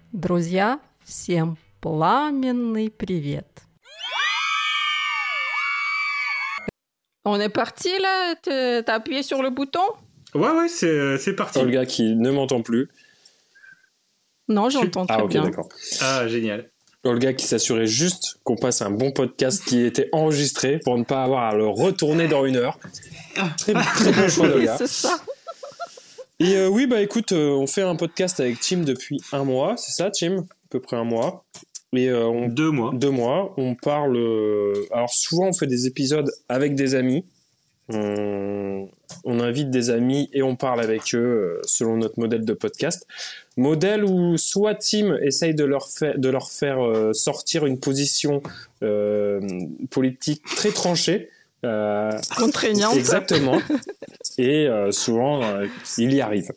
Друзья, всем пламенный привет. On est parti là? T'as appuyé sur le bouton? Ouais, c'est parti. Olga qui ne m'entend plus. Non, j'entends très bien. Ah, ok, d'accord. Ah, génial. Olga qui s'assurait juste qu'on passe un bon podcast qui était enregistré pour ne pas avoir à le retourner dans 1 heure. Très bon choix d'Olga. C'est ça. Et oui, bah écoute, on fait un podcast avec Tim depuis 1 mois, c'est ça, Tim? À peu près 1 mois. Et 2 mois. 2 mois. On parle. Alors souvent, on fait des épisodes avec des amis. On invite des amis et on parle avec eux selon notre modèle de podcast. Modèle où soit Tim essaye de leur faire sortir une position politique très tranchée. Contraignante. Exactement. Et souvent, il y arrive.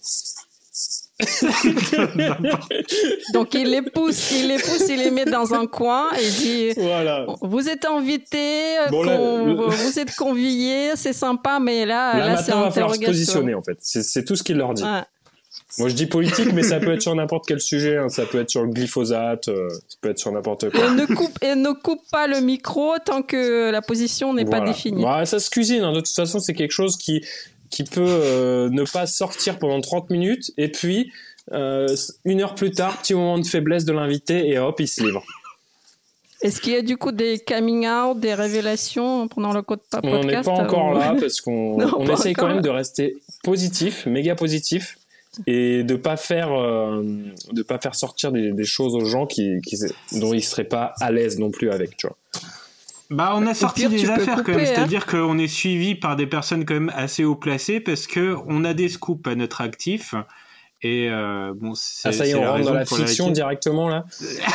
Donc il les pousse, il les met dans un coin et dit voilà. Vous êtes invités, Bon, vous êtes conviés, c'est sympa, mais là c'est maintenant, il va falloir se interrogation. positionner en fait. C'est tout ce qu'il leur dit. Ouais. Moi je dis politique, mais ça peut être sur n'importe quel sujet. Hein. Ça peut être sur le glyphosate, ça peut être sur n'importe quoi. Et ne coupe pas le micro tant que la position n'est pas définie. Bah, ça se cuisine. Hein. De toute façon, c'est quelque chose qui peut ne pas sortir pendant 30 minutes et puis 1 heure plus tard, petit moment de faiblesse de l'invité et hop, il se livre. Est-ce qu'il y a du coup des coming out, des révélations pendant le podcast? On n'est pas encore là parce qu'on essaye quand même de rester positif, méga positif et de pas faire sortir des choses aux gens dont ils seraient pas à l'aise non plus avec, tu vois. Bah, on a sorti des affaires quand même, hein. c'est-à-dire qu'on est suivi par des personnes quand même assez haut placées parce que on a des scoops à notre actif. Et bon, ça y est, on rentre dans la fiction directement là.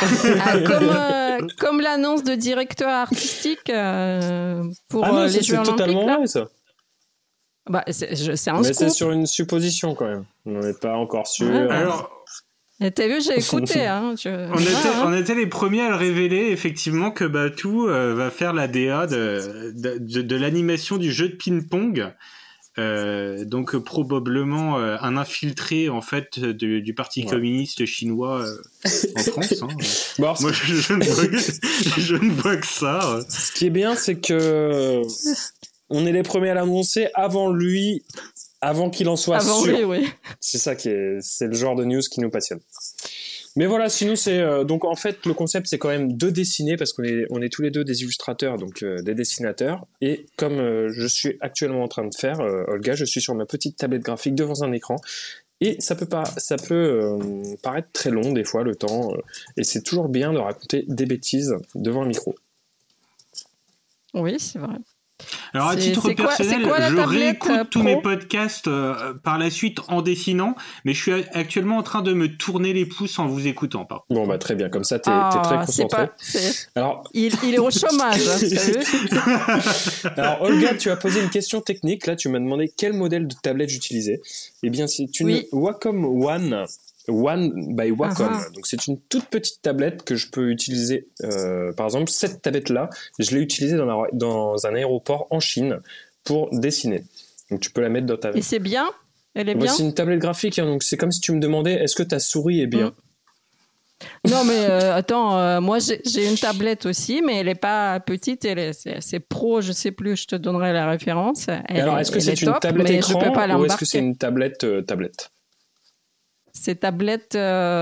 Comme l'annonce de directeur artistique pour non, les Jeux Olympiques. C'est totalement vrai ça. Bah, c'est un Mais scoop. c'est sur une supposition quand même. On n'est pas encore sûr. Ouais. Alors. Et t'as vu, j'ai écouté. Hein, on était les premiers à le révéler, effectivement, que Batou va faire la DA de l'animation du jeu de ping-pong. Donc probablement un infiltré en fait du Parti communiste chinois en France. Hein. Bon, moi, je ne vois que ça. Ce qui est bien, c'est que on est les premiers à l'annoncer avant lui. Avant qu'il en soit sûr. Lui, oui. C'est le genre de news qui nous passionne. Mais voilà, sinon c'est donc en fait le concept c'est quand même de dessiner parce qu'on est tous les deux des illustrateurs donc des dessinateurs et comme je suis actuellement en train de faire Olga, je suis sur ma petite tablette graphique devant un écran et ça peut paraître très long des fois le temps et c'est toujours bien de raconter des bêtises devant un micro. Oui, c'est vrai. Alors à titre personnel, je réécoute tous mes podcasts par la suite en dessinant, mais je suis actuellement en train de me tourner les pouces en vous écoutant. Bon bah très bien, comme ça t'es très concentré. Alors il est au chômage. Alors Olga, tu as posé une question technique. Là, tu m'as demandé quel modèle de tablette j'utilisais. Eh bien, c'est une Wacom One by Wacom. Donc c'est une toute petite tablette que je peux utiliser. Par exemple, cette tablette-là, je l'ai utilisée dans un aéroport en Chine pour dessiner. Donc tu peux la mettre dans ta. Et c'est bien? Elle est bien? C'est une tablette graphique, hein, donc c'est comme si tu me demandais est-ce que ta souris est bien. Non mais attends, moi j'ai une tablette aussi, mais elle est pas petite, c'est pro, je sais plus, je te donnerai la référence. Alors est-ce que c'est une tablette écran ou est-ce que c'est une tablette tablette? C'est tablette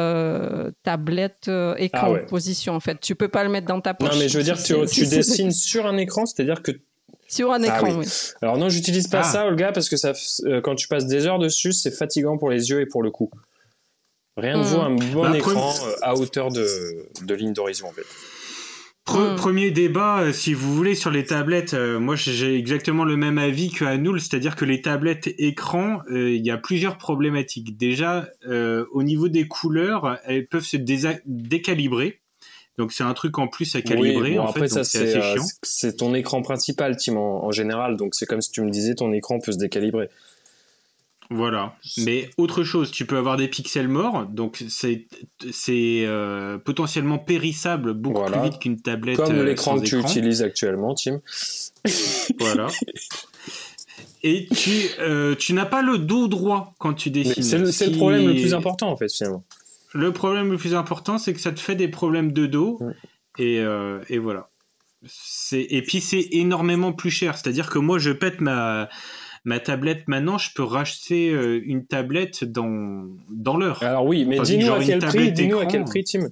écran position en fait. Tu peux pas le mettre dans ta poche. Non mais je veux dire tu dessines sur un écran, c'est-à-dire que sur un écran, oui. Alors non, j'utilise pas ça, Olga, parce que ça, quand tu passes des heures dessus, c'est fatigant pour les yeux et pour le cou. Rien ne vaut un bon écran à hauteur de ligne d'horizon en fait. Premier débat, si vous voulez, sur les tablettes. Moi, j'ai exactement le même avis que Anoul, c'est-à-dire que les tablettes écran, il y a plusieurs problématiques. Déjà, au niveau des couleurs, elles peuvent se décalibrer. Donc, c'est un truc en plus à calibrer. Oui, bon, en après, fait, ça, c'est assez chiant. C'est ton écran principal, Tim, en général. Donc, c'est comme si tu me disais, ton écran peut se décalibrer. Voilà. Mais autre chose, tu peux avoir des pixels morts, donc c'est potentiellement périssable beaucoup plus vite qu'une tablette. Comme l'écran que tu utilises actuellement, Tim. Voilà. Et tu n'as pas le dos droit quand tu dessines. C'est le problème le plus important en fait finalement. le problème le plus important, c'est que ça te fait des problèmes de dos. Et voilà. Et puis, c'est énormément plus cher. C'est-à-dire que moi, je pète ma tablette maintenant, je peux racheter une tablette dans l'heure. Alors oui, mais dis-nous à quel prix, Tim.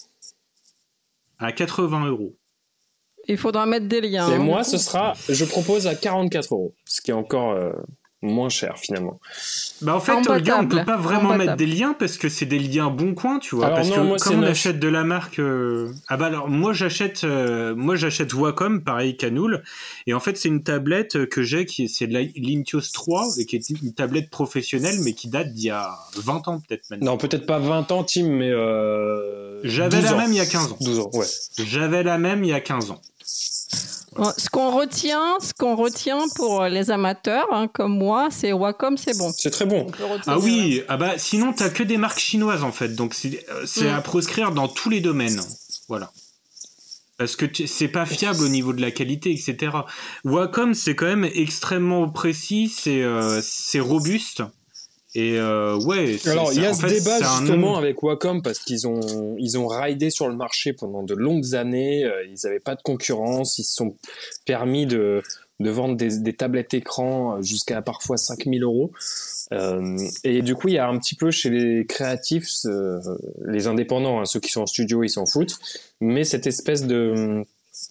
À 80 €. Il faudra mettre des liens. Et moi, je propose à 44 €, ce qui est encore moins cher finalement. Bah en fait, Olga, on peut pas vraiment mettre des liens parce que c'est des liens Bon Coin, tu vois. Alors parce non, que moi, quand on achète de la marque, ah bah alors moi j'achète Wacom, pareil qu'Anoul, et en fait c'est une tablette que j'ai c'est de la Lintios 3 et qui est une tablette professionnelle mais qui date d'il y a 20 ans peut-être maintenant. Non, peut-être pas 20 ans, Tim, mais j'avais la même il y a 15 ans. 12 ans, ouais. J'avais la même il y a 15 ans. Ce qu'on retient pour les amateurs, comme moi, c'est Wacom, c'est bon. C'est très bon. Ah oui, ah bah sinon t'as que des marques chinoises en fait, donc c'est à proscrire dans tous les domaines. Voilà. Parce que c'est pas fiable au niveau de la qualité, etc. Wacom, c'est quand même extrêmement précis, c'est robuste. Et ouais. Alors il y a ce débat justement avec Wacom parce qu'ils ont raidé sur le marché pendant de longues années. Ils n'avaient pas de concurrence. Ils se sont permis de vendre des tablettes écran jusqu'à parfois 5 000 €. Et du coup il y a un petit peu chez les créatifs, les indépendants, ceux qui sont en studio, ils s'en foutent. Mais cette espèce de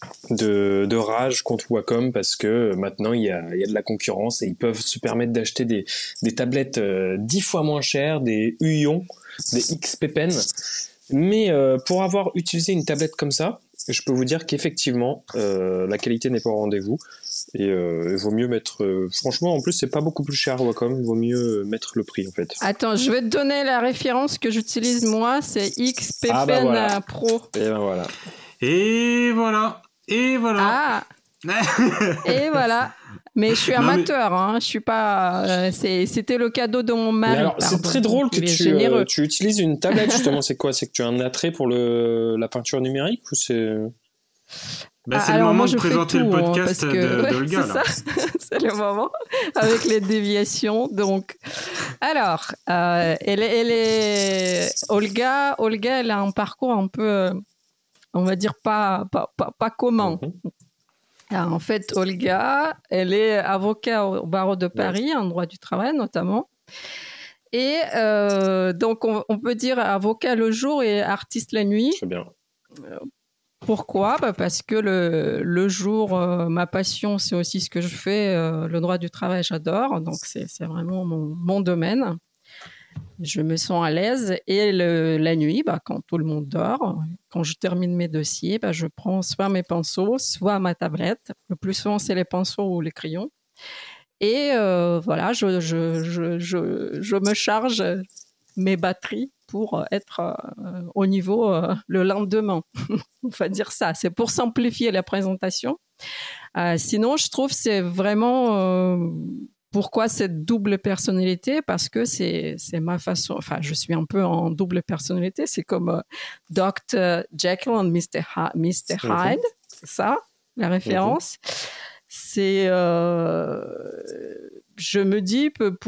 rage contre Wacom parce que maintenant il y a de la concurrence et ils peuvent se permettre d'acheter des tablettes 10 fois moins chères, des Huion, des XP Pen. Mais pour avoir utilisé une tablette comme ça, je peux vous dire qu'effectivement la qualité n'est pas au rendez-vous et il vaut mieux mettre franchement en plus c'est pas beaucoup plus cher Wacom, il vaut mieux mettre le prix en fait. Attends, je vais te donner la référence que j'utilise moi, c'est XP Pen voilà. Pro. Et ben voilà. Et voilà. Ah. Et voilà. Mais je suis amateur, je suis pas. C'était le cadeau de mon mari. Mais alors, c'est très drôle que tu utilises une tablette justement. C'est quoi ? C'est que tu as un attrait pour la peinture numérique ou c'est c'est le moment de présenter le podcast d'Olga. C'est ça. C'est le moment avec les déviations. Donc, alors, elle est Olga, elle a un parcours un peu, on va dire pas commun. Alors, en fait, Olga, elle est avocate au barreau de Paris, en droit du travail notamment. Et donc, on peut dire avocat le jour et artiste la nuit. C'est bien. Pourquoi ? Parce que le jour, ma passion, c'est aussi ce que je fais. Le droit du travail, j'adore. Donc, c'est vraiment mon domaine. Je me sens à l'aise. Et la nuit, quand tout le monde dort, quand je termine mes dossiers, je prends soit mes pinceaux, soit ma tablette. Le plus souvent, c'est les pinceaux ou les crayons. Et voilà, je me charge mes batteries pour être au niveau le lendemain. On va dire ça. C'est pour simplifier la présentation. Sinon, je trouve que c'est vraiment... pourquoi cette double personnalité ? Parce que c'est ma façon... Enfin, je suis un peu en double personnalité. C'est comme Dr. Jekyll and Mr. Hyde. Ça, la référence. C'est... je me dis,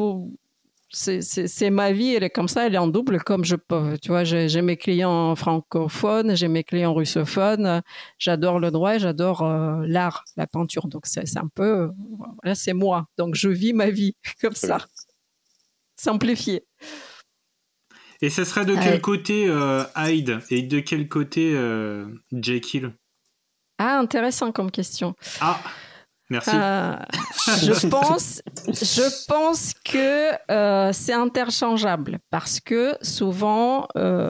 c'est ma vie, elle est comme ça, elle est en double. Comme tu vois, j'ai mes clients francophones, j'ai mes clients russophones. J'adore le droit et j'adore l'art, la peinture. Donc, c'est un peu... Voilà, c'est moi. Donc, je vis ma vie comme ça. Simplifié. Et ça serait de quel côté Hyde et de quel côté Jekyll ? Ah, intéressant comme question. Ah, merci. Je pense que c'est interchangeable parce que souvent,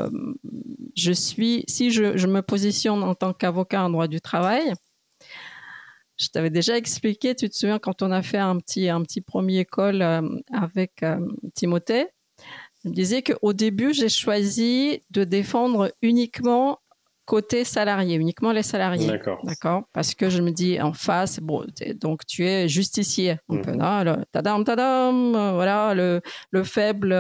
si je me positionne en tant qu'avocat en droit du travail, je t'avais déjà expliqué, tu te souviens, quand on a fait un petit premier call avec Timothée, je me disais qu'au début, j'ai choisi de défendre uniquement côté salarié, uniquement les salariés. D'accord. Parce que je me dis en face, donc tu es justicier un peu, là, tadam, voilà, le faible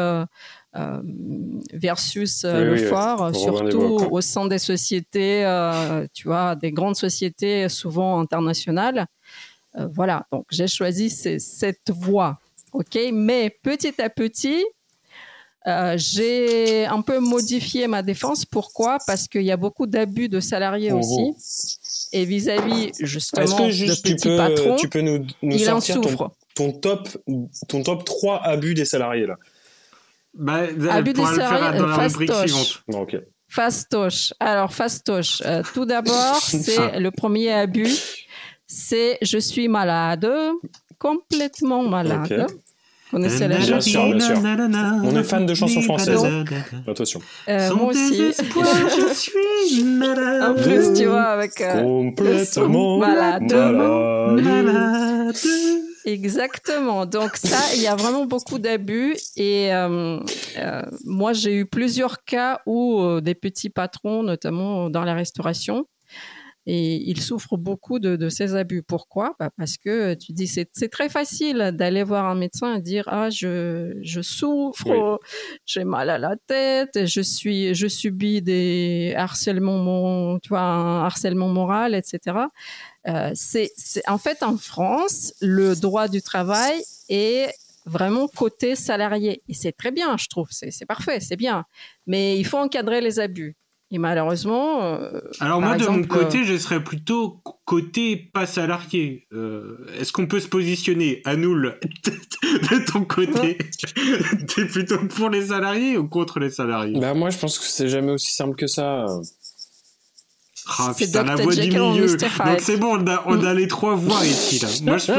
versus le fort, surtout au sein des sociétés, tu vois, des grandes sociétés souvent internationales. Voilà, donc j'ai choisi cette voie, ok. Mais petit à petit, J'ai un peu modifié ma défense. Pourquoi ? Parce qu'il y a beaucoup d'abus de salariés aussi. Et vis-à-vis, justement, de petits patrons, tu peux nous il en sortir souffre. ton top 3 abus des salariés, là. Abus des salariés, dans la rubrique suivante. Non, ok. Fastoche. Alors, fastoche. Tout d'abord, c'est le premier abus. C'est je suis malade, complètement malade. Okay. Vous connaissez la chanson ? Bien sûr. On est fan de chansons françaises. Attention. Moi aussi. Je suis malade. En plus, tu vois, avec complètement malade. Malade. Exactement. Donc ça, il y a vraiment beaucoup d'abus. Et moi, j'ai eu plusieurs cas où des petits patrons, notamment dans la restauration, et ils souffrent beaucoup de ces abus. Pourquoi ? Parce que tu dis, c'est très facile d'aller voir un médecin et dire je souffre, j'ai mal à la tête, je subis des harcèlements, tu vois, un harcèlement moral, etc. C'est en fait en France, le droit du travail est vraiment côté salarié et c'est très bien, je trouve, c'est parfait, c'est bien, mais il faut encadrer les abus. Et malheureusement, alors moi de mon côté, je serais plutôt côté pas salarié. Est-ce qu'on peut se positionner à nous de ton côté? T'es plutôt pour les salariés ou contre les salariés? Bah moi je pense que c'est jamais aussi simple que ça. Ah putain, la voix du milieu. Donc c'est bon, on a les trois voix ici là. Moi je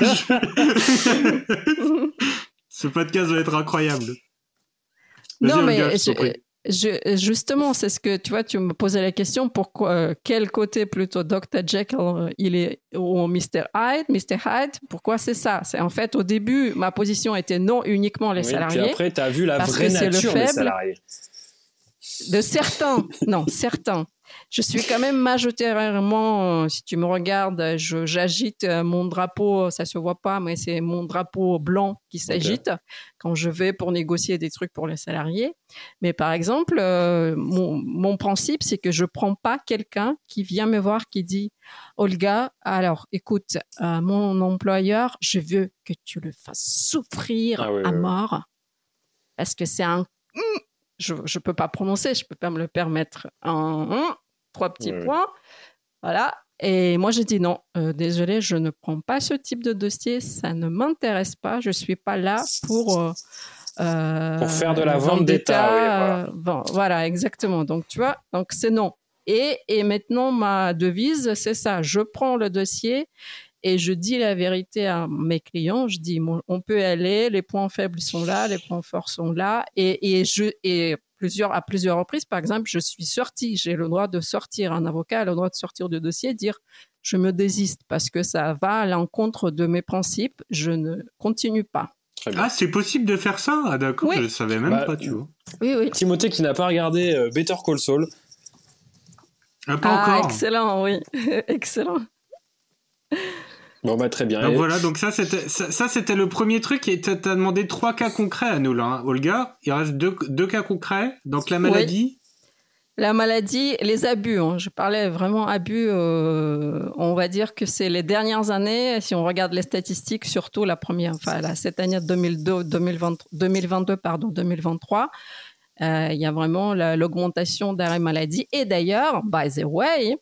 peux. Ce podcast va être incroyable. Non mais justement, c'est ce que tu vois, tu me posais la question, pourquoi, quel côté plutôt Dr. Jekyll il est ou Mr. Hyde, pourquoi c'est ça? C'est en fait, au début, ma position était non uniquement les salariés. Puis après, tu as vu la vraie nature des salariés. De certains, non, certains. Je suis quand même majoritairement, si tu me regardes, j'agite mon drapeau, ça se voit pas, mais c'est mon drapeau blanc qui s'agite quand je vais pour négocier des trucs pour les salariés. Mais par exemple, mon principe, c'est que je prends pas quelqu'un qui vient me voir qui dit « Olga, alors écoute, mon employeur, je veux que tu le fasses souffrir à mort parce que c'est un... » Je peux pas prononcer, je peux pas me le permettre. 3 petits points. Voilà. Et moi, j'ai dit non, désolé, je ne prends pas ce type de dossier, ça ne m'intéresse pas, je suis pas là pour faire de la vente d'État. Voilà, exactement. Donc, tu vois, donc c'est non. Et maintenant, ma devise, c'est ça. Je prends le dossier et je dis la vérité à mes clients. Je dis, on peut aller, les points faibles sont là, les points forts sont là. À plusieurs reprises, par exemple, je suis sortie. J'ai le droit de sortir. Un avocat a le droit de sortir du dossier, dire, je me désiste parce que ça va à l'encontre de mes principes. Je ne continue pas. Ah, c'est possible de faire ça? Ah, d'accord, je ne savais même pas, tu vois. Oui. Timothée qui n'a pas regardé Better Call Saul. Pas encore. Excellent, oui. Excellent. Bon, bah, très bien. Donc voilà, donc ça c'était le premier truc. Et t'as demandé 3 cas concrets à nous, là, hein, Olga. Il reste deux cas concrets. Donc la maladie. La maladie, les abus. Je parlais vraiment abus. On va dire que c'est les dernières années. Si on regarde les statistiques, surtout cette année 2023, il y a vraiment l'augmentation d'arrêt maladie. Et d'ailleurs, by the way,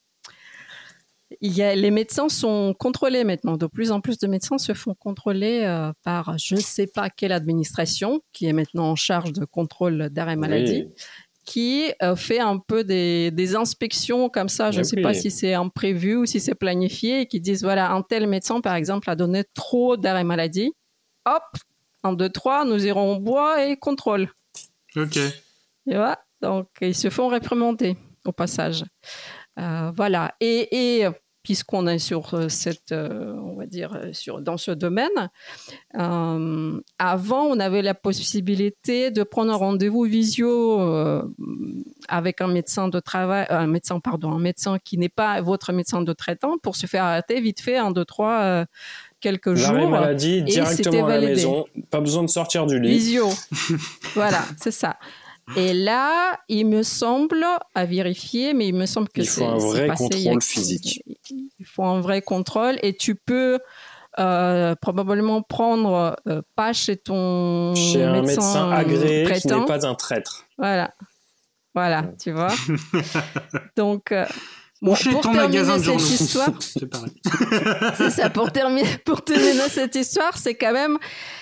les médecins sont contrôlés maintenant. De plus en plus de médecins se font contrôler par je ne sais pas quelle administration qui est maintenant en charge de contrôle d'arrêt maladie, qui fait un peu des inspections comme ça. Je ne sais pas si c'est imprévu ou si c'est planifié, et qui disent voilà, un tel médecin par exemple a donné trop d'arrêt maladie. Hop, 1, 2, 3, nous irons au bois et contrôle. Ok. Tu vois, donc ils se font réprimander au passage. Voilà. Et puisqu'on est sur on va dire, dans ce domaine, avant, on avait la possibilité de prendre un rendez-vous visio avec un médecin qui n'est pas votre médecin de traitant pour se faire arrêter vite fait 1, 2, 3 quelques jours. L'arrêt maladie directement à la maison, pas besoin de sortir du lit. Visio. Voilà, c'est ça. Et là, il me semble, à vérifier, mais il me semble que il faut un vrai contrôle physique. Il faut un vrai contrôle et tu peux probablement prendre pas chez chez un médecin agréé traitant, qui n'est pas un traître. Voilà, tu vois. Donc, pour terminer cette histoire, c'est pareil. C'est ça. Pour terminer cette histoire, c'est quand même,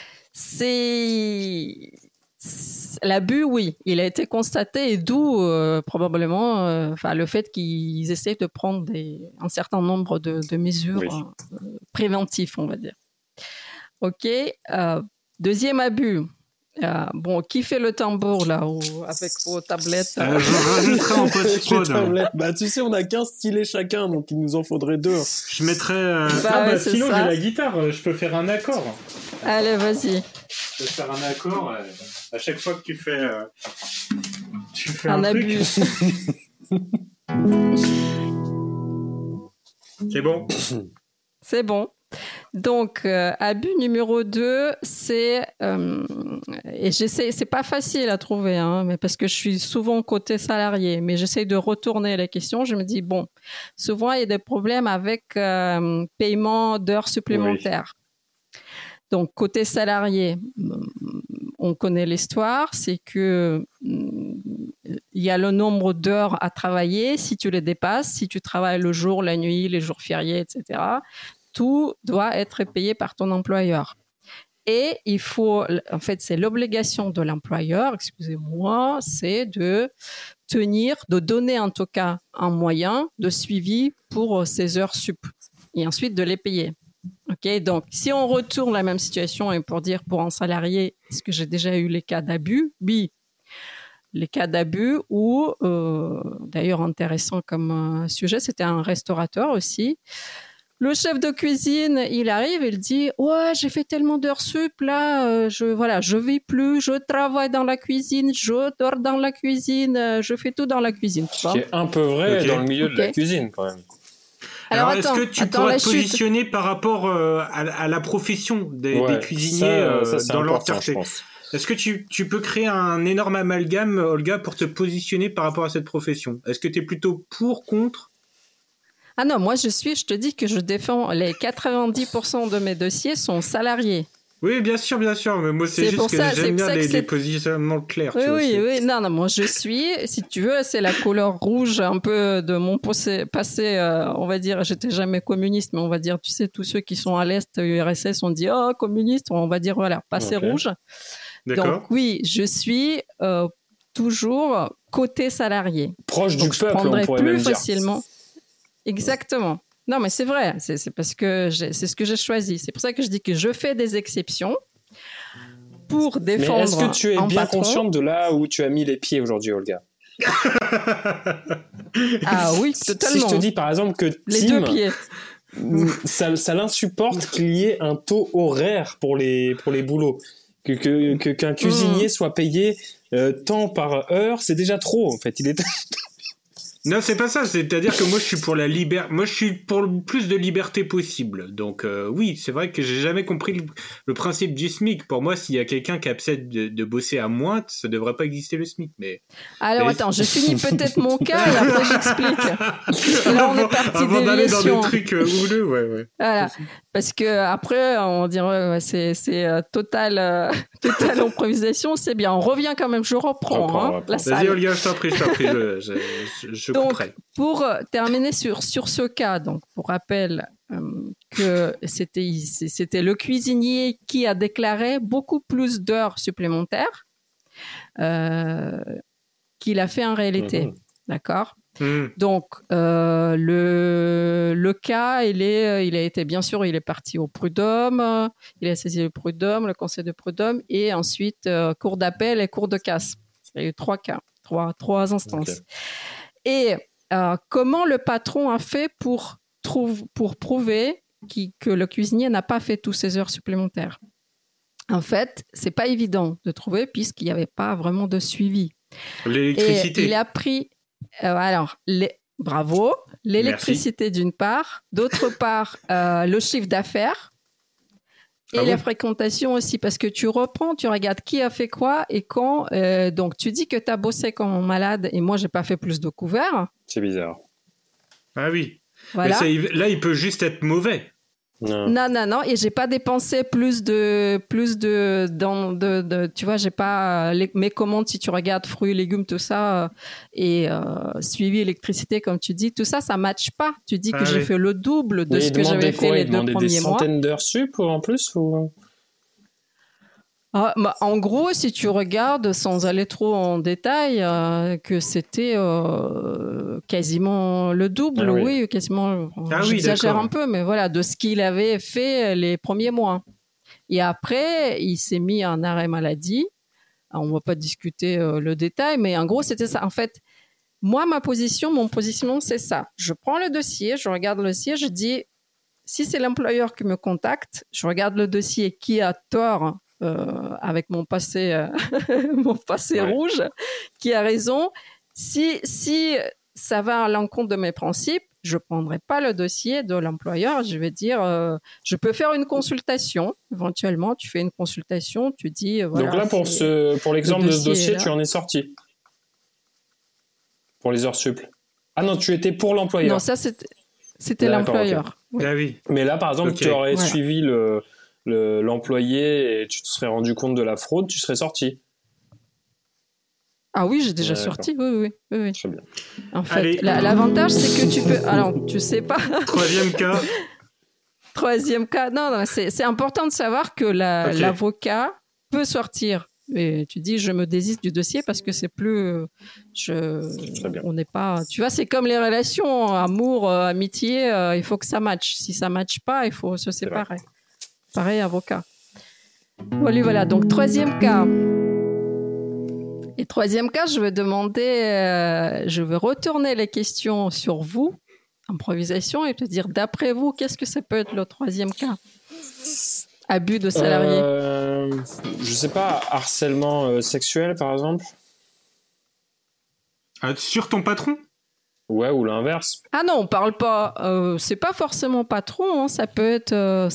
l'abus, oui, il a été constaté, et d'où probablement le fait qu'ils essaient de prendre un certain nombre de mesures préventives, on va dire. Ok. Deuxième abus. Qui fait le tambour là avec vos tablettes Je rajouterai en post-prod. Tu sais, on a 15 stylés chacun, donc il nous en faudrait 2. Je mettrais. Sinon, j'ai la guitare, je peux faire un accord. Allez, vas-y. Je peux faire un accord. À chaque fois que tu fais un abus. C'est bon. C'est bon. Donc, abus numéro 2, c'est... et j'essaie, c'est pas facile à trouver, mais parce que je suis souvent côté salarié, mais j'essaie de retourner les questions. Je me dis, souvent, il y a des problèmes avec paiement d'heures supplémentaires. Oui. Donc, côté salarié, on connaît l'histoire, c'est que il y a le nombre d'heures à travailler. Si tu les dépasses, si tu travailles le jour, la nuit, les jours fériés, etc., tout doit être payé par ton employeur. Et il faut, en fait, c'est l'obligation de l'employeur, excusez-moi, c'est de donner en tout cas un moyen de suivi pour ces heures sup et ensuite de les payer. Ok, donc si on retourne la même situation et pour un salarié, est-ce que j'ai déjà eu les cas d'abus? Oui. Les cas d'abus où, d'ailleurs intéressant comme sujet, c'était un restaurateur aussi. Le chef de cuisine, il arrive, il dit « Ouais, j'ai fait tellement d'heures sup, là, je vis plus, je travaille dans la cuisine, je dors dans la cuisine, je fais tout dans la cuisine. » Ce qui est un peu vrai dans le milieu de la cuisine, quand même. Alors est-ce que tu pourrais te positionner par rapport à la profession des cuisiniers dans l'entièreté ? Est-ce que tu peux créer un énorme amalgame, Olga, pour te positionner par rapport à cette profession ? Est-ce que tu es plutôt pour, contre ? Ah non, moi je te dis que je défends les 90% de mes dossiers sont salariés. Oui, bien sûr, mais moi c'est juste que j'aime bien les positionnements clairs. Oui, non, moi je suis, si tu veux, c'est la couleur rouge un peu de mon passé, on va dire, j'étais jamais communiste, mais on va dire, tu sais, tous ceux qui sont à l'Est, URSS, on dit, communiste, on va dire, voilà, passé rouge. D'accord. Donc oui, je suis toujours côté salarié. Proche du peuple, on pourrait même dire. Facilement. Exactement. Non, mais c'est vrai. C'est parce que c'est ce que j'ai choisi. C'est pour ça que je dis que je fais des exceptions pour défendre. Mais est-ce que tu es bien consciente de là où tu as mis les pieds aujourd'hui, Olga ? Ah oui, totalement. Si je te dis par exemple que les deux pieds. Ça l'insupporte qu'il y ait un taux horaire pour les boulots. Qu'un cuisinier soit payé tant par heure, c'est déjà trop en fait. Non, c'est pas ça. C'est-à-dire que moi, je suis pour moi, je suis pour le plus de liberté possible. Donc, oui, c'est vrai que j'ai jamais compris le principe du SMIC. Pour moi, s'il y a quelqu'un qui accepte de bosser à moins, ça devrait pas exister le SMIC. Mais alors, attends, je finis peut-être mon cas et après j'explique. Là, on est parti avant d'aller dans des trucs houleux, ouais. Voilà. Parce que après, on dirait c'est total improvisation. C'est bien. On revient quand même. Je reprends. La salle. Vas-y, Olga, je t'en prie. Je donc, couperai. Pour terminer sur ce cas, donc pour rappel que c'était le cuisinier qui a déclaré beaucoup plus d'heures supplémentaires qu'il a fait en réalité. D'accord. Donc le cas, il a été, bien sûr, il est parti au prud'homme, il a saisi le prud'homme, le conseil de prud'homme, et ensuite cour d'appel et cour de casse. Il y a eu 3 cas, trois instances. Okay. Et comment le patron a fait pour prouver que le cuisinier n'a pas fait toutes ces heures supplémentaires? En fait, c'est pas évident de trouver puisqu'il n'y avait pas vraiment de suivi. L'électricité. Et il a pris bravo, l'électricité. Merci. D'une part, d'autre part le chiffre d'affaires et la fréquentation aussi, parce que tu regardes qui a fait quoi et quand. Donc tu dis que tu as bossé comme malade et moi j'ai pas fait plus de couverts. C'est bizarre. Ah oui. Voilà. Mais là il peut juste être mauvais. Non. Et j'ai pas dépensé plus de tu vois, j'ai pas mes commandes, si tu regardes fruits, légumes, tout ça, et suivi électricité, comme tu dis, tout ça, ça matche pas. Tu dis que j'ai fait le double de ce que j'avais fait les 2 premiers mois. Des centaines d'heures sup en plus ou... En gros, si tu regardes, sans aller trop en détail, que c'était quasiment le double, oui, quasiment. J'exagère un peu, mais voilà, de ce qu'il avait fait les premiers mois. Et après, il s'est mis en arrêt maladie. Alors, on ne va pas discuter le détail, mais en gros, c'était ça. En fait, moi, mon positionnement, c'est ça. Je prends le dossier, je regarde le dossier, je dis, si c'est l'employeur qui me contacte, je regarde le dossier qui a tort. Avec mon passé rouge, qui a raison. Si ça va à l'encontre de mes principes, je ne prendrai pas le dossier de l'employeur. Je vais dire, je peux faire une consultation. Éventuellement, tu fais une consultation, tu dis... voilà, donc là, pour l'exemple de ce dossier, tu en es sorti pour les heures sup. Ah non, tu étais pour l'employeur. Non, ça, c'était l'employeur. Okay. Oui. Mais là, par exemple, tu aurais suivi l'employé et tu te serais rendu compte de la fraude, tu serais sorti. Ah oui, j'ai déjà sorti, oui. Très bien. En fait, l'avantage, c'est que tu peux... Alors, tu sais pas... Troisième cas. Non, c'est important de savoir que l'avocat peut sortir. Et tu dis, je me désiste du dossier parce que c'est plus... on n'est pas... Tu vois, c'est comme les relations, amour, amitié, il faut que ça matche. Si ça matche pas, il faut se séparer. Pareil, avocat. Voilà. Donc, troisième cas. Et troisième cas, je vais retourner les questions sur vous, improvisation, et te dire, d'après vous, qu'est-ce que ça peut être le troisième cas? Abus de salarié. Je sais pas, harcèlement sexuel, par exemple. Sur ton patron? Ouais, ou l'inverse. Ah non, on parle pas. C'est pas forcément patron. Hein, ça peut être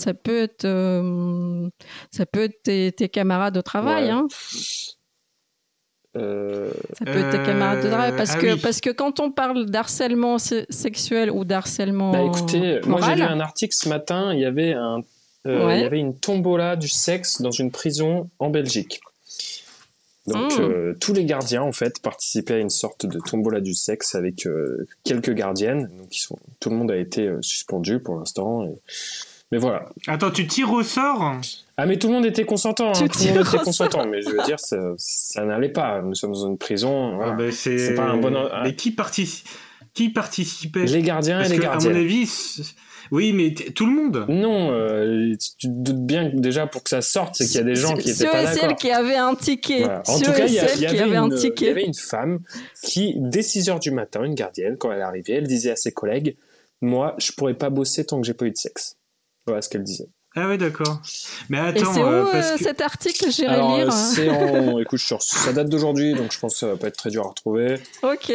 tes camarades de travail. Ouais. Hein. Ça peut être tes camarades de travail parce que quand on parle d'harcèlement sexuel ou d'harcèlement écoutez, moral, moi j'ai lu un article ce matin. Il y avait il y avait une tombola du sexe dans une prison en Belgique. Donc tous les gardiens en fait participaient à une sorte de tombola du sexe avec quelques gardiennes. Donc tout le monde a été suspendu pour l'instant. Mais voilà. Attends, tu tires au sort? Ah mais tout le monde était consentant. Tout le monde était consentant. Mais je veux dire, ça n'allait pas. Nous sommes dans une prison. Voilà. C'est pas un bon. Mais qui participait? Les gardiens et les gardiennes. À mon avis. Oui, mais tout le monde. Non, tu te doutes bien que déjà pour que ça sorte, c'est qu'il y a des gens qui étaient pas d'accord. Ceux et celles qui avaient un ticket. Voilà. En tout cas, il y avait une femme qui, dès 6h du matin, une gardienne, quand elle arrivait, elle disait à ses collègues, moi, je pourrais pas bosser tant que j'ai pas eu de sexe. Voilà ce qu'elle disait. Ah ouais, d'accord. Mais attends, et c'est où cet article? J'irai lire. C'est écoute, ça date d'aujourd'hui, donc je pense que ça va pas être très dur à retrouver. Ok.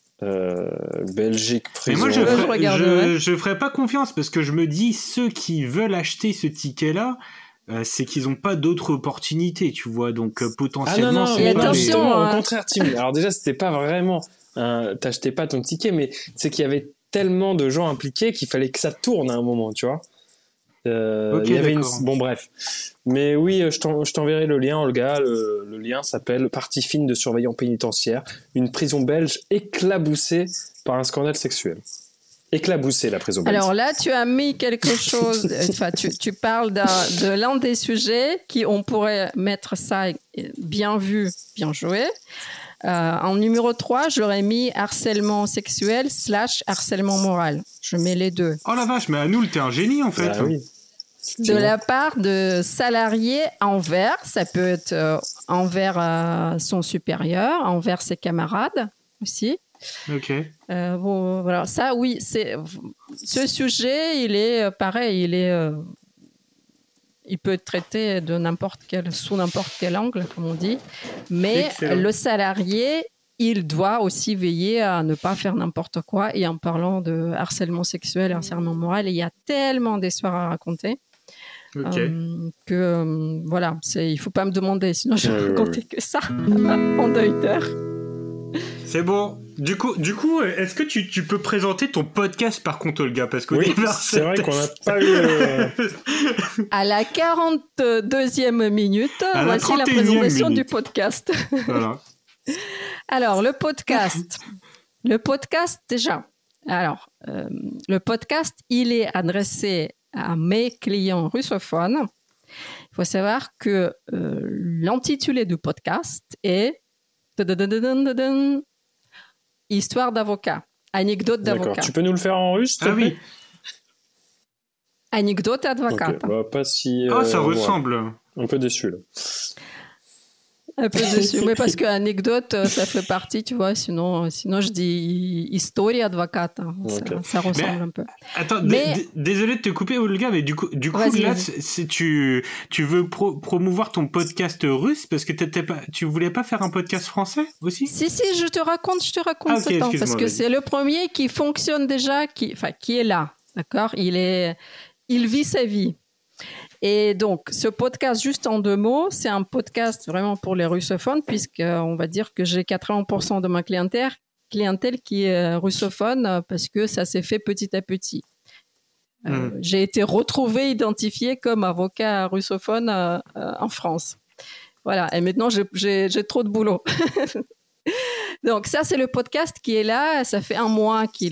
Belgique, prison. Mais moi, je ferais pas confiance parce que je me dis, ceux qui veulent acheter ce ticket-là, c'est qu'ils n'ont pas d'autres opportunités, tu vois. Donc potentiellement, non, c'est pas au contraire, Tim. Alors déjà, c'était pas vraiment, t'achetais pas ton ticket, mais c'est qu'il y avait tellement de gens impliqués qu'il fallait que ça tourne à un moment, tu vois. Ok, il y avait d'accord. Bon, bref. Mais oui, je t'enverrai le lien, Olga. Le lien s'appelle Partie fine de surveillant pénitentiaire. Une prison belge éclaboussée par un scandale sexuel. Éclaboussée, la prison belge. Alors là, tu as mis quelque chose... Enfin, tu parles de l'un des sujets qui, on pourrait mettre ça bien vu, bien joué. En numéro 3, j'aurais mis harcèlement sexuel / harcèlement moral. Je mets les deux. Oh la vache, mais Anoul, t'es un génie en fait. Oui. De la part de salariés envers, ça peut être envers son supérieur, envers ses camarades aussi. Ok. Voilà, ça oui, ce sujet, il est pareil, il peut être traité sous n'importe quel angle, comme on dit, mais excellent. Le salarié, il doit aussi veiller à ne pas faire n'importe quoi. Et en parlant de harcèlement sexuel et harcèlement moral, il y a tellement d'histoires à raconter. Okay. Voilà, il faut pas me demander, sinon je vais raconter que ça pendant 8 heures. C'est bon. Du coup, est-ce que tu peux présenter ton podcast par contre, Olga, parce qu'au départ, c'est vrai qu'on n'a pas eu. À la 42e minute, voici la présentation du podcast. Voilà. Alors, le podcast déjà. Alors, le podcast, il est adressé à mes clients russophones. Il faut savoir que l'intitulé du podcast est Histoire d'avocat, anecdote d'avocat. D'accord. Tu peux nous le faire en russe, s'il te plaît ? Oui. Anecdote advocata. Okay. Bah, pas si. Ça ressemble. Un peu déçu là. Un peu déçu, mais parce que anecdote, ça fait partie, tu vois. Sinon je dis historia advocata. Okay. Ça ressemble un peu. Attends, désolé de te couper, Olga, mais du coup là, tu veux promouvoir ton podcast russe parce que tu voulais pas faire un podcast français aussi ? Si, je te raconte ce temps, parce que c'est le premier qui fonctionne déjà, qui est là, d'accord ? Il vit sa vie. Et donc, ce podcast, juste en 2 mots, c'est un podcast vraiment pour les russophones, puisqu'on va dire que j'ai 80% de ma clientèle qui est russophone, parce que ça s'est fait petit à petit. J'ai été retrouvée, identifiée comme avocat russophone en France. Voilà, et maintenant, j'ai trop de boulot. Donc, ça, c'est le podcast qui est là. Ça fait 1 mois que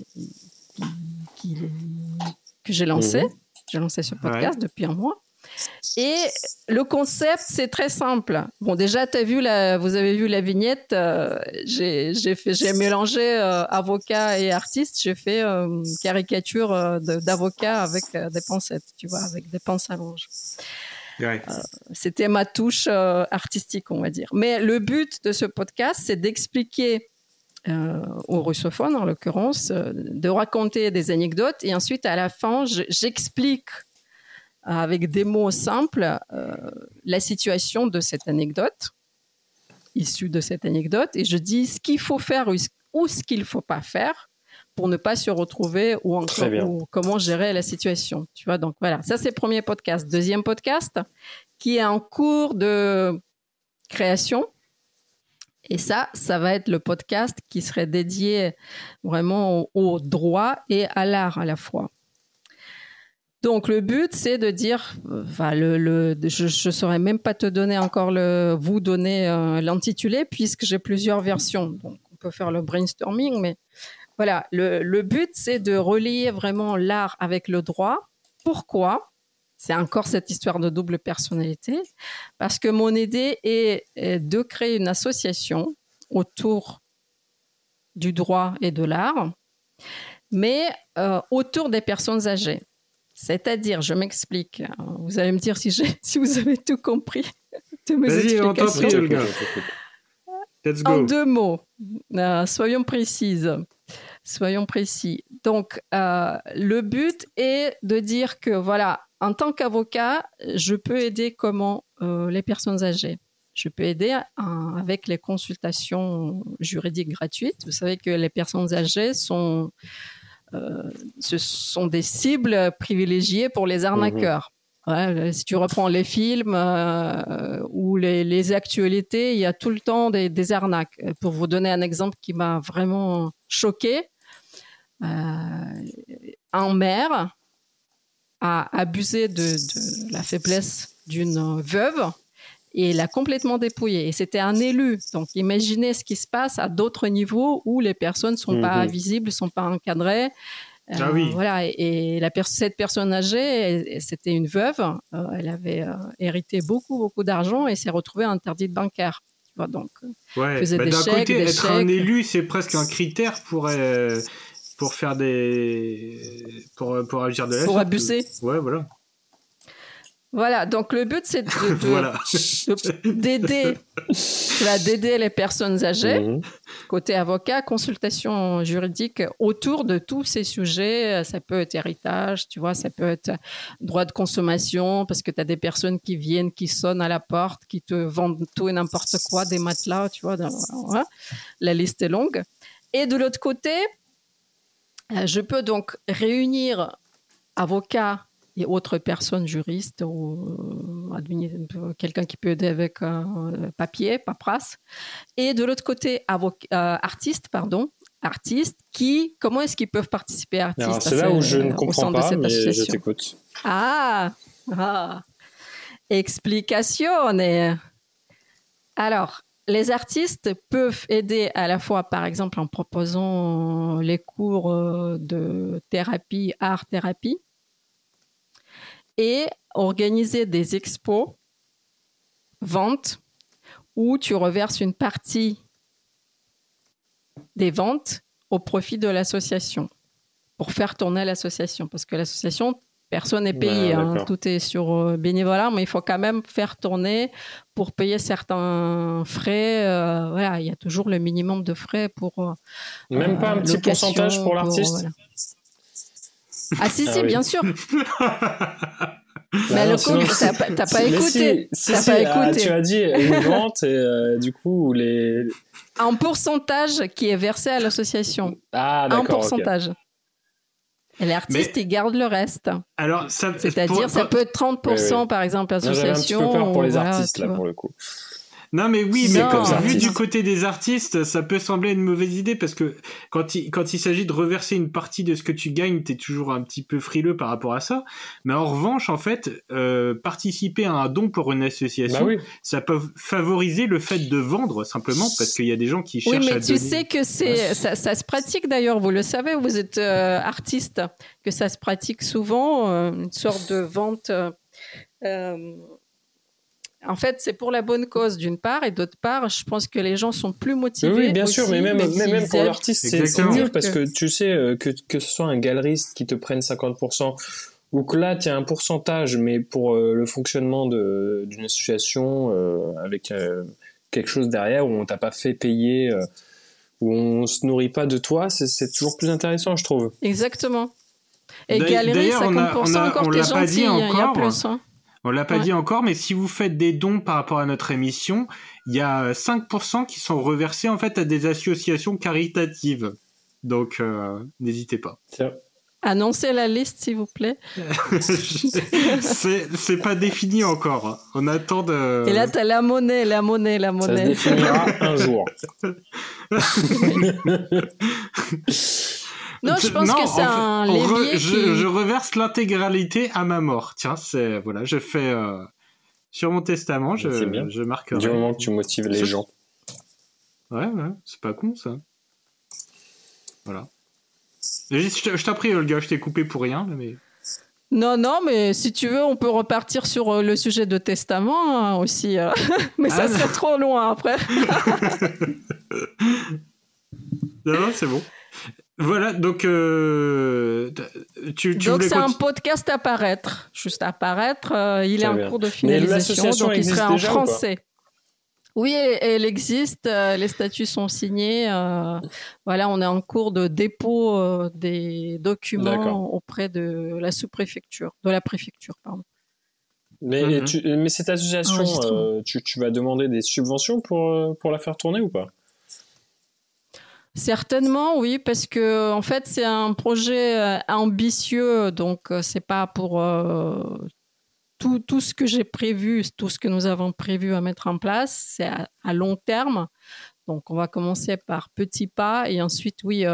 j'ai lancé. J'ai lancé ce podcast depuis 1 mois. Et le concept, c'est très simple. Bon, déjà, vous avez vu la vignette. J'ai mélangé avocat et artiste. J'ai fait une caricature d'avocat avec des pincettes, tu vois, avec des pinces à linge. Ouais. C'était ma touche artistique, on va dire. Mais le but de ce podcast, c'est d'expliquer aux russophones, en l'occurrence, de raconter des anecdotes et ensuite, à la fin, j'explique avec des mots simples la situation de cette anecdote, issue de cette anecdote, et je dis ce qu'il faut faire ou ce qu'il ne faut pas faire pour ne pas se retrouver ou comment gérer la situation. Tu vois, donc voilà, ça c'est le premier podcast. Deuxième podcast qui est en cours de création. Et ça va être le podcast qui serait dédié vraiment au droit et à l'art à la fois. Donc, le but, c'est de dire, je ne saurais même pas te donner encore vous donner l'intitulé puisque j'ai plusieurs versions. Donc, on peut faire le brainstorming, mais voilà, le but, c'est de relier vraiment l'art avec le droit. Pourquoi ? C'est encore cette histoire de double personnalité, parce que mon idée est de créer une association autour du droit et de l'art, mais autour des personnes âgées. C'est-à-dire, je m'explique, vous allez me dire si vous avez tout compris de mes explications. On t'en prie, Olga. Let's go. En 2 mots, soyons précis. Donc, le but est de dire que, voilà, en tant qu'avocat, je peux aider les personnes âgées. Je peux aider avec les consultations juridiques gratuites. Vous savez que les personnes âgées ce sont des cibles privilégiées pour les arnaqueurs. Ouais, si tu reprends les films ou les actualités, il y a tout le temps des arnaques. Pour vous donner un exemple qui m'a vraiment choquée, un maire a abusé de la faiblesse d'une veuve et l'a complètement dépouillée. Et c'était un élu. Donc, imaginez ce qui se passe à d'autres niveaux où les personnes ne sont pas visibles, ne sont pas encadrées. Voilà. Et cette personne âgée, c'était une veuve. Elle avait hérité beaucoup d'argent et s'est retrouvée interdite bancaire. Donc, faisait des d'un chèques, côté, des être chèques. un élu, c'est presque un critère pour faire pour agir de la pour abuser. Ouais, voilà. Voilà, donc le but, c'est d'aider les personnes âgées, côté avocat, consultation juridique, autour de tous ces sujets. Ça peut être héritage, tu vois, ça peut être droit de consommation, parce que tu as des personnes qui viennent, qui sonnent à la porte, qui te vendent tout et n'importe quoi, des matelas, tu vois, la liste est longue. Et de l'autre côté, je peux donc réunir avocats et autres personnes juristes ou quelqu'un qui peut aider avec papier, paperasse. Et de l'autre côté, artistes, comment est-ce qu'ils peuvent participer Alors, c'est là où je ne comprends pas, mais je t'écoute. Explication. Alors, les artistes peuvent aider à la fois, par exemple, en proposant les cours de thérapie, art-thérapie, et organiser des expos, ventes, où tu reverses une partie des ventes au profit de l'association pour faire tourner l'association. Parce que l'association, personne n'est payé, tout est sur bénévolat, mais il faut quand même faire tourner pour payer certains frais. Il y a toujours le minimum de frais pour même pas un petit pourcentage pour l'artiste. Si, bien sûr. Mais le coup, t'as pas écouté. Tu as dit une vente et du coup les. Un pourcentage qui est versé à l'association. D'accord. Un pourcentage. Okay. Et l'artiste, il garde le reste. Alors, c'est-à-dire, ça peut être 30%, par exemple, l'association. J'avais un petit peu peur pour les artistes, là, pour le coup. Non, mais oui, mais vu du côté des artistes, ça peut sembler une mauvaise idée parce que quand il s'agit de reverser une partie de ce que tu gagnes, t'es toujours un petit peu frileux par rapport à ça. Mais en revanche, en fait, participer à un don pour une association, ça peut favoriser le fait de vendre simplement parce qu'il y a des gens qui cherchent à donner. Oui, mais tu sais que ça se pratique d'ailleurs, vous le savez, vous êtes artiste, que ça se pratique souvent, une sorte de vente... En fait, c'est pour la bonne cause d'une part, et d'autre part, je pense que les gens sont plus motivés. Oui, bien sûr, mais même pour l'artiste, c'est mieux parce que tu sais que ce soit un galeriste qui te prenne 50%, ou que là, tu as un pourcentage, mais pour le fonctionnement d'une association avec quelque chose derrière où on t'a pas fait payer, où on se nourrit pas de toi, c'est toujours plus intéressant, je trouve. Exactement. Et galerie, 50% encore, t'es gentil, il y a plus. On l'a pas dit encore, mais si vous faites des dons par rapport à notre émission, il y a 5% qui sont reversés en fait à des associations caritatives. Donc, n'hésitez pas. Tiens. Annoncez la liste, s'il vous plaît. c'est pas défini encore. On attend de... Et là, t'as la monnaie. Ça se définira un jour. Non, je pense que c'est un levier je reverse l'intégralité à ma mort. Tiens, je fais sur mon testament, je marquerai. Du moment que tu motives les gens. Ouais, c'est pas con ça. Voilà. Je t'en prie, Olga, je t'ai coupé pour rien, mais. Non, mais si tu veux, on peut repartir sur le sujet de testament aussi. Mais ça serait trop loin après. Non, c'est bon. Voilà, donc tu donc c'est un podcast à paraître, il est en cours de finalisation, donc il sera en français. Oui, elle existe, les statuts sont signés, voilà, on est en cours de dépôt des documents auprès de la sous-préfecture, de la préfecture, pardon. Mais cette association, tu vas demander des subventions pour la faire tourner ou pas ? Certainement, oui, parce que en fait, c'est un projet ambitieux, donc c'est pas pour tout ce que j'ai prévu, tout ce que nous avons prévu à mettre en place, c'est à long terme. Donc, on va commencer par petits pas et ensuite, oui,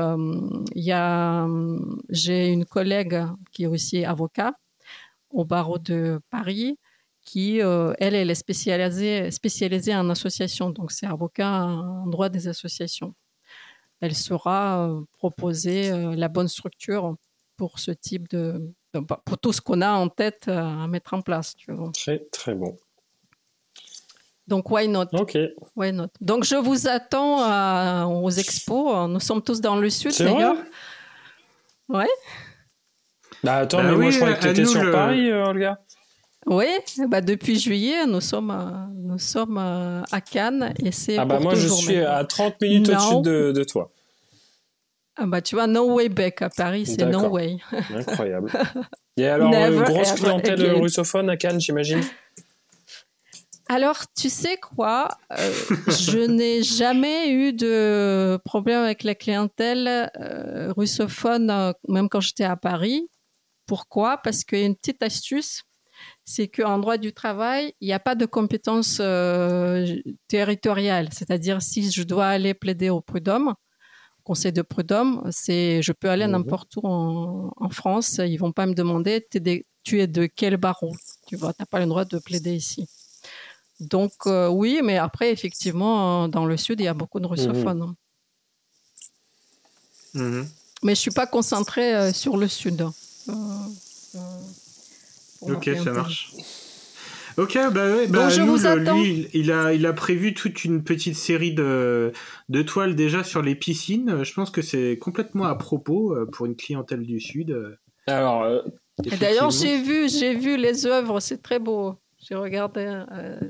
j'ai une collègue qui est aussi avocat au barreau de Paris qui, elle est spécialisée en association, donc c'est avocat en droit des associations. Elle saura proposer la bonne structure pour ce type pour tout ce qu'on a en tête à mettre en place. Tu vois. Très, très bon. Donc, why not? Ok. Why not? Donc, je vous attends aux expos. Nous sommes tous dans le sud, c'est d'ailleurs. Vrai? Ouais. Bah, attends, mais moi, je croyais que tu étais sur Paris, Olga. Oui, depuis juillet, nous sommes à Cannes et c'est moi je suis à 30 minutes au-dessus de toi. Tu vois, no way back à Paris, c'est no way. Incroyable. Et alors, grosse clientèle russophone à Cannes, j'imagine? Alors, tu sais quoi, je n'ai jamais eu de problème avec la clientèle russophone, même quand j'étais à Paris. Pourquoi ? Parce qu'il y a une petite astuce, c'est qu'en droit du travail, il n'y a pas de compétence territoriale. C'est-à-dire, si je dois aller plaider au prud'homme, conseil de prud'homme, je peux aller n'importe où en France. Ils ne vont pas me demander tu es de quel barreau. Tu n'as pas le droit de plaider ici. Donc, oui, mais après, effectivement, dans le Sud, il y a beaucoup de russophones. Mais je ne suis pas concentrée sur le Sud. Ok, ça marche. Ok, lui, il a prévu toute une petite série de toiles déjà sur les piscines. Je pense que c'est complètement à propos pour une clientèle du Sud. Alors, d'ailleurs, j'ai vu les œuvres, c'est très beau. J'ai regardé.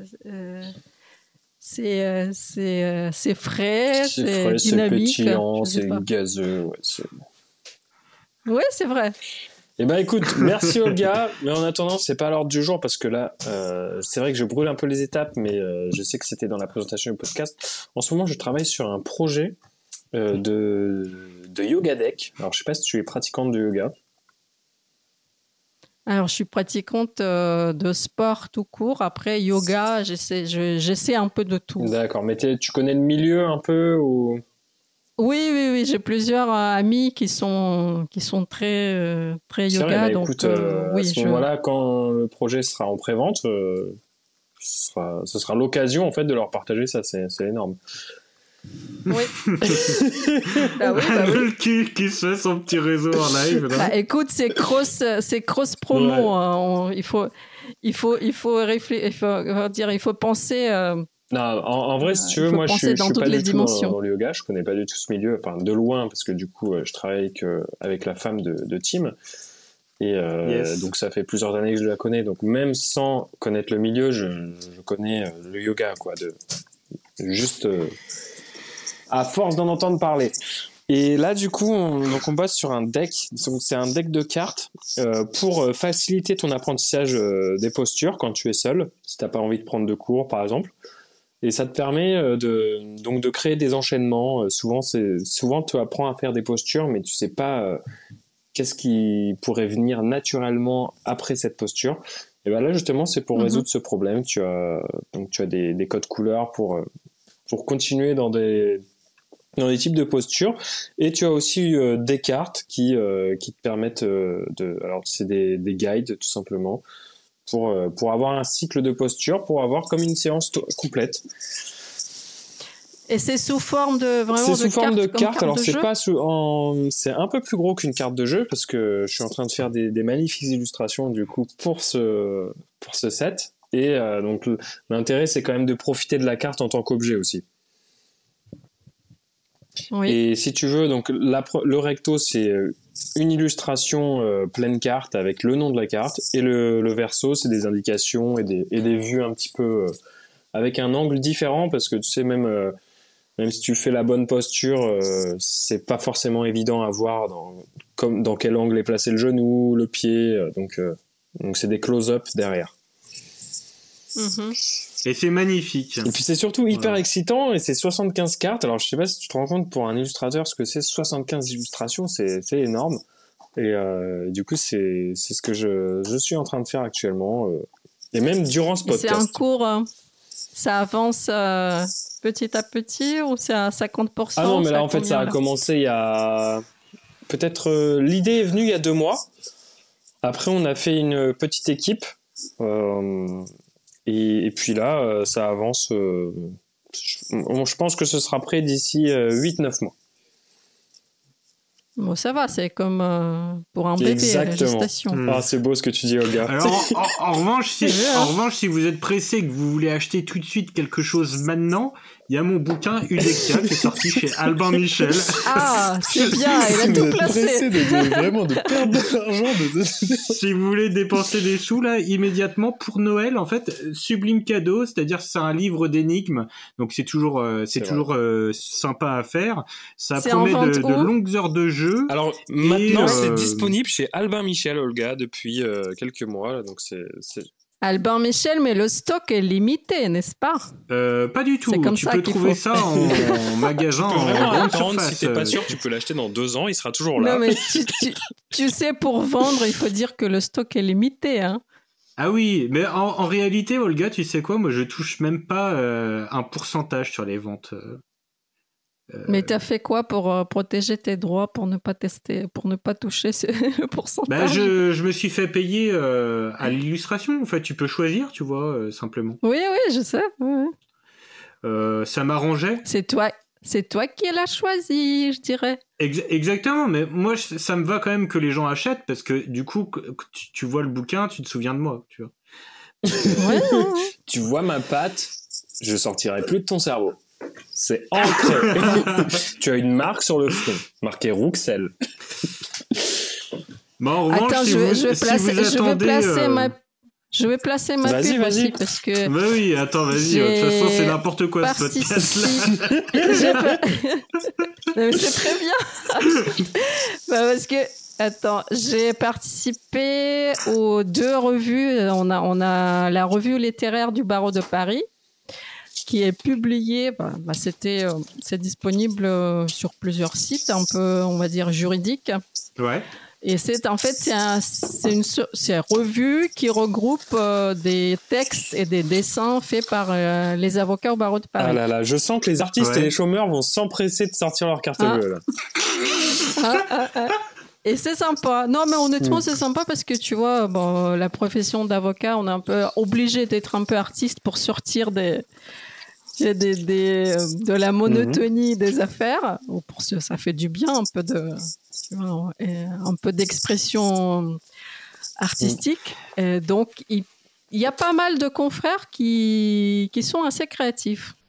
C'est frais, c'est dynamique. C'est pétillant, c'est gazeux. Oui, c'est vrai. Eh ben écoute, merci Olga, mais en attendant, c'est pas l'ordre du jour parce que là, c'est vrai que je brûle un peu les étapes, mais je sais que c'était dans la présentation du podcast. En ce moment, je travaille sur un projet de yoga deck. Alors, je sais pas si tu es pratiquante de yoga. Alors, je suis pratiquante de sport tout court. Après, yoga, j'essaie un peu de tout. D'accord, mais tu connais le milieu un peu ou... Oui, j'ai plusieurs amis qui sont très yoga. Vrai, bah, donc, écoute, à ce moment-là, quand le projet sera en pré-vente, ce sera l'occasion en fait de leur partager ça. C'est énorme. Oui. Qui se fait son petit réseau en live. Écoute, c'est cross promo. Ouais. Hein. Il faut réfléchir. Il faut penser. Non, en vrai, si tu veux, moi, je suis pas du tout dans le yoga. Je connais pas du tout ce milieu, enfin de loin, parce que du coup, je travaille avec la femme de Tim. Et donc, ça fait plusieurs années que je la connais. Donc, même sans connaître le milieu, je connais le yoga, quoi. Juste à force d'en entendre parler. Et là, du coup, on bosse sur un deck. Donc, c'est un deck de cartes pour faciliter ton apprentissage des postures quand tu es seul, si t'as pas envie de prendre de cours, par exemple. Et ça te permet de créer des enchaînements. Souvent, tu apprends à faire des postures, mais tu sais pas qu'est-ce qui pourrait venir naturellement après cette posture. Et ben là, justement, c'est pour résoudre ce problème. Tu as des codes couleurs pour continuer dans des types de postures. Et tu as aussi des cartes qui te permettent alors, c'est des guides, tout simplement. Pour avoir un cycle de posture, pour avoir comme une séance complète. Et c'est sous forme de carte. Alors c'est un peu plus gros qu'une carte de jeu parce que je suis en train de faire des magnifiques illustrations du coup pour ce set. Et donc l'intérêt c'est quand même de profiter de la carte en tant qu'objet aussi. Oui. Et si tu veux, donc le recto c'est une illustration pleine carte avec le nom de la carte et le verso c'est des indications et des vues un petit peu avec un angle différent parce que tu sais même si tu fais la bonne posture c'est pas forcément évident à voir dans quel angle est placé le genou, le pied, donc c'est des close-up derrière. Et c'est magnifique. Et puis c'est surtout hyper excitant et c'est 75 cartes. Alors je sais pas si tu te rends compte pour un illustrateur ce que c'est 75 illustrations, c'est énorme. Et du coup c'est ce que je suis en train de faire actuellement et même durant ce podcast. C'est un cours, ça avance petit à petit ou c'est à 50%? Ah non mais là en fait ça a commencé il y a peut-être l'idée est venue il y a 2 mois. Après on a fait une petite équipe. Et puis là, ça avance. Je pense que ce sera prêt d'ici 8-9 mois. Bon, ça va, c'est comme pour un bébé à la gestation. Ah, c'est beau ce que tu dis, Olga. Alors, en revanche, si vous êtes pressé et que vous voulez acheter tout de suite quelque chose maintenant, il y a mon bouquin Udexia qui est sorti chez Albin Michel. Ah, c'est bien, il a tout placé. Vraiment de perdre de l'argent. Si vous voulez dépenser des sous là immédiatement pour Noël, en fait, sublime cadeau, c'est-à-dire c'est un livre d'énigmes, donc c'est toujours sympa à faire. Ça promet de longues heures de jeu. Alors maintenant, c'est disponible chez Albin Michel, Olga, depuis quelques mois, là, donc c'est Albin Michel, mais le stock est limité, n'est-ce pas? Pas du tout. C'est comme tu ça peux qu'il trouver faut. ça en magasin, Tu peux en vraiment grande attendre, surface. si t'es pas sûr, tu peux l'acheter dans 2 ans, il sera toujours là. Non, mais tu sais, pour vendre, il faut dire que le stock est limité. Hein. Ah oui, mais en réalité, Olga, tu sais quoi? Moi, je touche même pas un pourcentage sur les ventes. Mais t'as fait quoi pour protéger tes droits, pour ne pas tester, pour ne pas toucher le pourcentage? Je me suis fait payer à l'illustration. En fait, tu peux choisir, tu vois, simplement. Oui, je sais. Oui. Ça m'arrangeait. C'est toi qui l'as choisi, je dirais. Exactement, mais moi, ça me va quand même que les gens achètent parce que du coup, tu vois le bouquin, tu te souviens de moi, tu vois. Ouais. Tu vois ma patte, je sortirai plus de ton cerveau. C'est ancré. Tu as une marque sur le front, marquée Rouxel. Bon, en revanche, Attends, si je vous vais attendez... Je vais placer ma Vas-y, pub vas-y. aussi parce que Bah oui, attends, vas-y. De toute façon, c'est n'importe quoi ce podcast-là. Mais c'est très bien. Parce que, attends, j'ai participé aux 2 revues. On a la revue littéraire du barreau de Paris qui est publiée. C'est disponible sur plusieurs sites, un peu, on va dire, juridiques. Ouais. Et c'est une revue qui regroupe des textes et des dessins faits par les avocats au barreau de Paris. Ah là là, je sens que les artistes et les chômeurs vont s'empresser de sortir leur carte bleue là. Et c'est sympa. Non, mais honnêtement, c'est sympa parce que tu vois, la profession d'avocat, on est un peu obligé d'être un peu artiste pour sortir de la monotonie des affaires. Ça fait du bien un peu d'expression artistique. Et donc, il y a pas mal de confrères qui sont assez créatifs.